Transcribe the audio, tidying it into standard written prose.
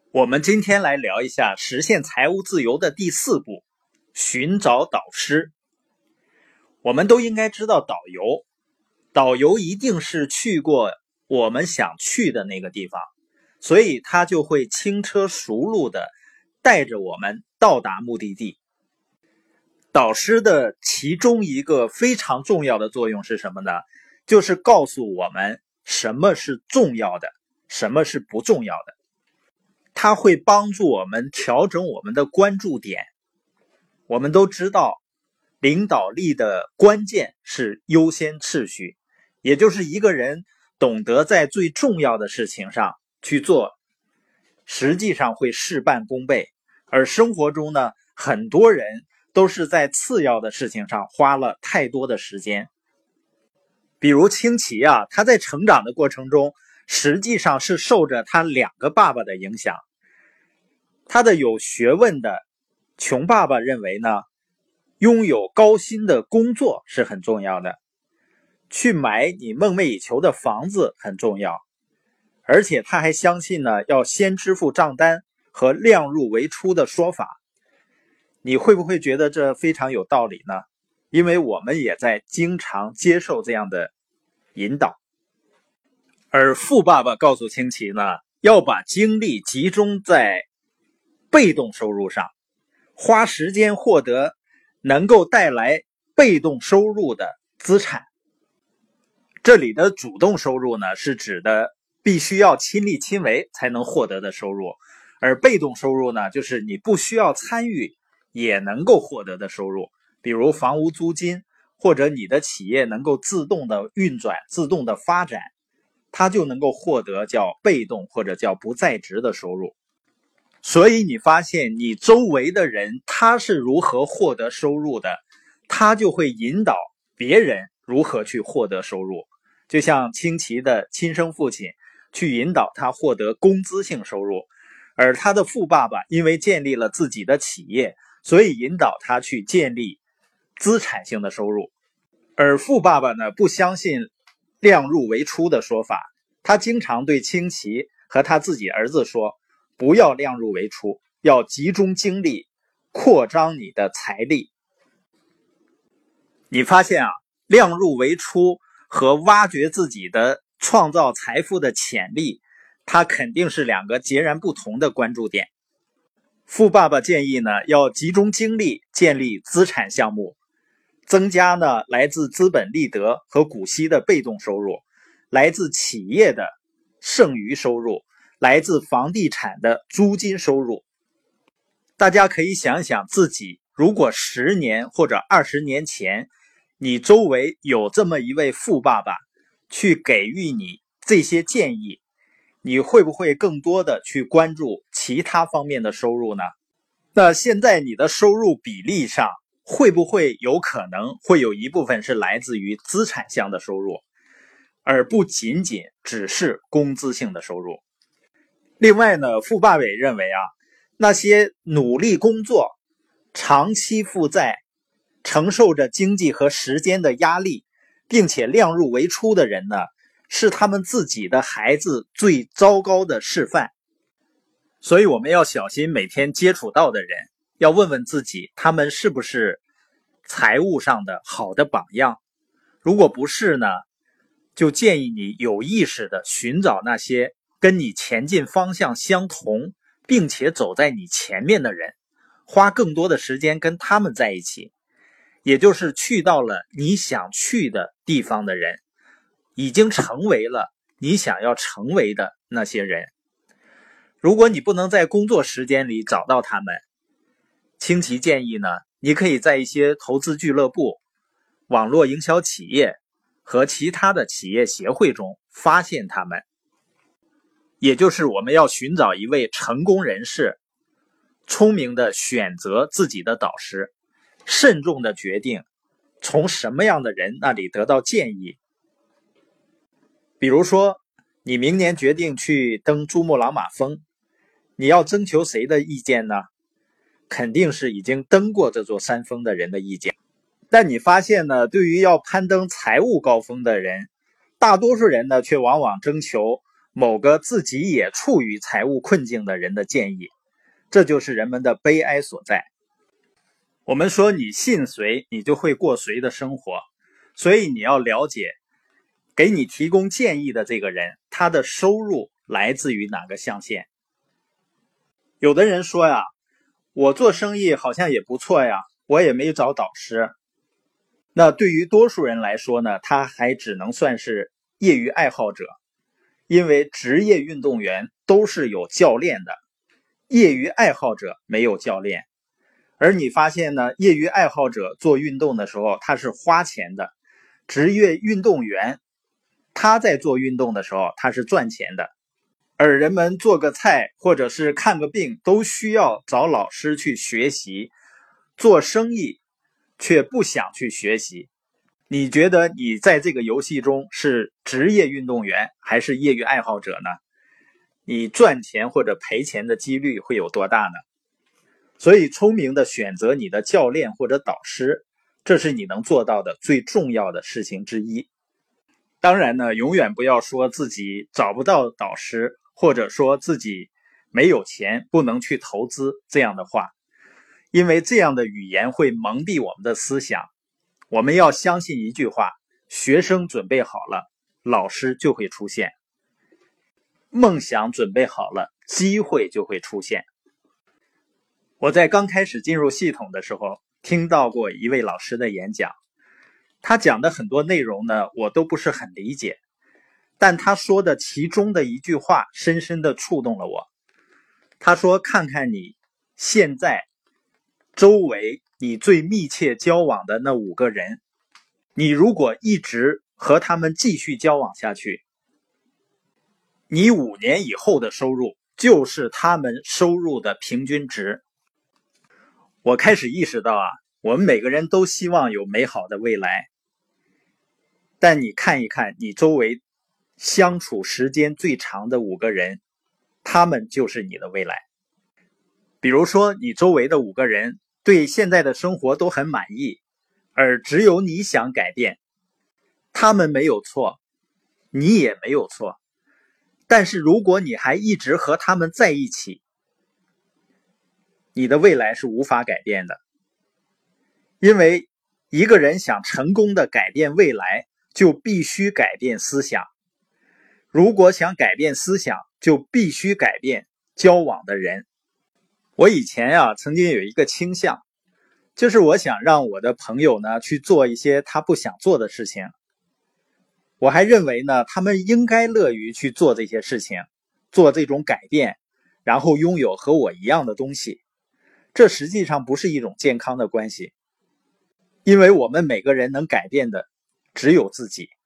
我们今天来聊一下实现财务自由的第4步，寻找导师。我们都应该知道导游一定是去过我们想去的那个地方，所以他就会轻车熟路的带着我们到达目的地。导师的其中一个非常重要的作用是什么呢？就是告诉我们什么是重要的，什么是不重要的。它会帮助我们调整我们的关注点。我们都知道，领导力的关键是优先次序，也就是一个人懂得在最重要的事情上去做，实际上会事半功倍。而生活中呢，很多人都是在次要的事情上花了太多的时间。比如清奇他在成长的过程中，实际上是受着他2个爸爸的影响。他的有学问的穷爸爸认为呢，拥有高薪的工作是很重要的，去买你梦寐以求的房子很重要，而且他还相信呢，要先支付账单和量入为出的说法。你会不会觉得这非常有道理呢？因为我们也在经常接受这样的引导。而富爸爸告诉清奇呢，要把精力集中在被动收入上，花时间获得能够带来被动收入的资产。这里的主动收入呢，是指的必须要亲力亲为才能获得的收入，而被动收入呢，就是你不需要参与也能够获得的收入，比如房屋租金，或者你的企业能够自动的运转、自动的发展，它就能够获得叫被动或者叫不在职的收入。所以你发现你周围的人他是如何获得收入的，他就会引导别人如何去获得收入。就像清奇的亲生父亲去引导他获得工资性收入，而他的富爸爸因为建立了自己的企业，所以引导他去建立资产性的收入。而富爸爸呢，不相信量入为出的说法，他经常对清奇和他自己儿子说，不要量入为出，要集中精力扩张你的财力。你发现量入为出和挖掘自己的创造财富的潜力，它肯定是2个截然不同的关注点。富爸爸建议呢，要集中精力建立资产项目，增加呢来自资本利得和股息的被动收入，来自企业的剩余收入，来自房地产的租金收入。大家可以想想自己，如果10年或者20年前，你周围有这么一位富爸爸去给予你这些建议，你会不会更多的去关注其他方面的收入呢？那现在你的收入比例上，会不会有可能会有一部分是来自于资产项的收入，而不仅仅只是工资性的收入？另外呢，富爸爸也认为那些努力工作、长期负债、承受着经济和时间的压力，并且量入为出的人呢，是他们自己的孩子最糟糕的示范。所以我们要小心每天接触到的人，要问问自己，他们是不是财务上的好的榜样。如果不是呢，就建议你有意识的寻找那些跟你前进方向相同，并且走在你前面的人，花更多的时间跟他们在一起，也就是去到了你想去的地方的人，已经成为了你想要成为的那些人。如果你不能在工作时间里找到他们，清奇建议呢，你可以在一些投资俱乐部、网络营销企业和其他的企业协会中发现他们。也就是我们要寻找一位成功人士，聪明的选择自己的导师，慎重的决定从什么样的人那里得到建议。比如说，你明年决定去登珠穆朗玛峰，你要征求谁的意见呢？肯定是已经登过这座山峰的人的意见。但你发现呢，对于要攀登财务高峰的人，大多数人呢却往往征求某个自己也处于财务困境的人的建议，这就是人们的悲哀所在。我们说你信谁，你就会过谁的生活，所以你要了解给你提供建议的这个人，他的收入来自于哪个象限。有的人说呀，我做生意好像也不错呀，我也没找导师。那对于多数人来说呢，他还只能算是业余爱好者，因为职业运动员都是有教练的，业余爱好者没有教练。而你发现呢，业余爱好者做运动的时候他是花钱的，职业运动员他在做运动的时候他是赚钱的。而人们做个菜或者是看个病都需要找老师去学习，做生意却不想去学习。你觉得你在这个游戏中是职业运动员还是业余爱好者呢？你赚钱或者赔钱的几率会有多大呢？所以聪明的选择你的教练或者导师，这是你能做到的最重要的事情之一。当然呢，永远不要说自己找不到导师，或者说自己没有钱不能去投资这样的话，因为这样的语言会蒙蔽我们的思想。我们要相信一句话，学生准备好了，老师就会出现；梦想准备好了，机会就会出现。我在刚开始进入系统的时候，听到过一位老师的演讲，他讲的很多内容呢，我都不是很理解，但他说的其中的一句话深深地触动了我。他说，看看你现在周围你最密切交往的那5个人，你如果一直和他们继续交往下去，你5年以后的收入就是他们收入的平均值。我开始意识到我们每个人都希望有美好的未来，但你看一看你周围相处时间最长的5个人，他们就是你的未来。比如说你周围的5个人对现在的生活都很满意，而只有你想改变，他们没有错，你也没有错。但是如果你还一直和他们在一起，你的未来是无法改变的。因为一个人想成功的改变未来，就必须改变思想。如果想改变思想，就必须改变交往的人。我以前曾经有一个倾向，就是我想让我的朋友呢去做一些他不想做的事情。我还认为呢，他们应该乐于去做这些事情，做这种改变，然后拥有和我一样的东西。这实际上不是一种健康的关系，因为我们每个人能改变的只有自己。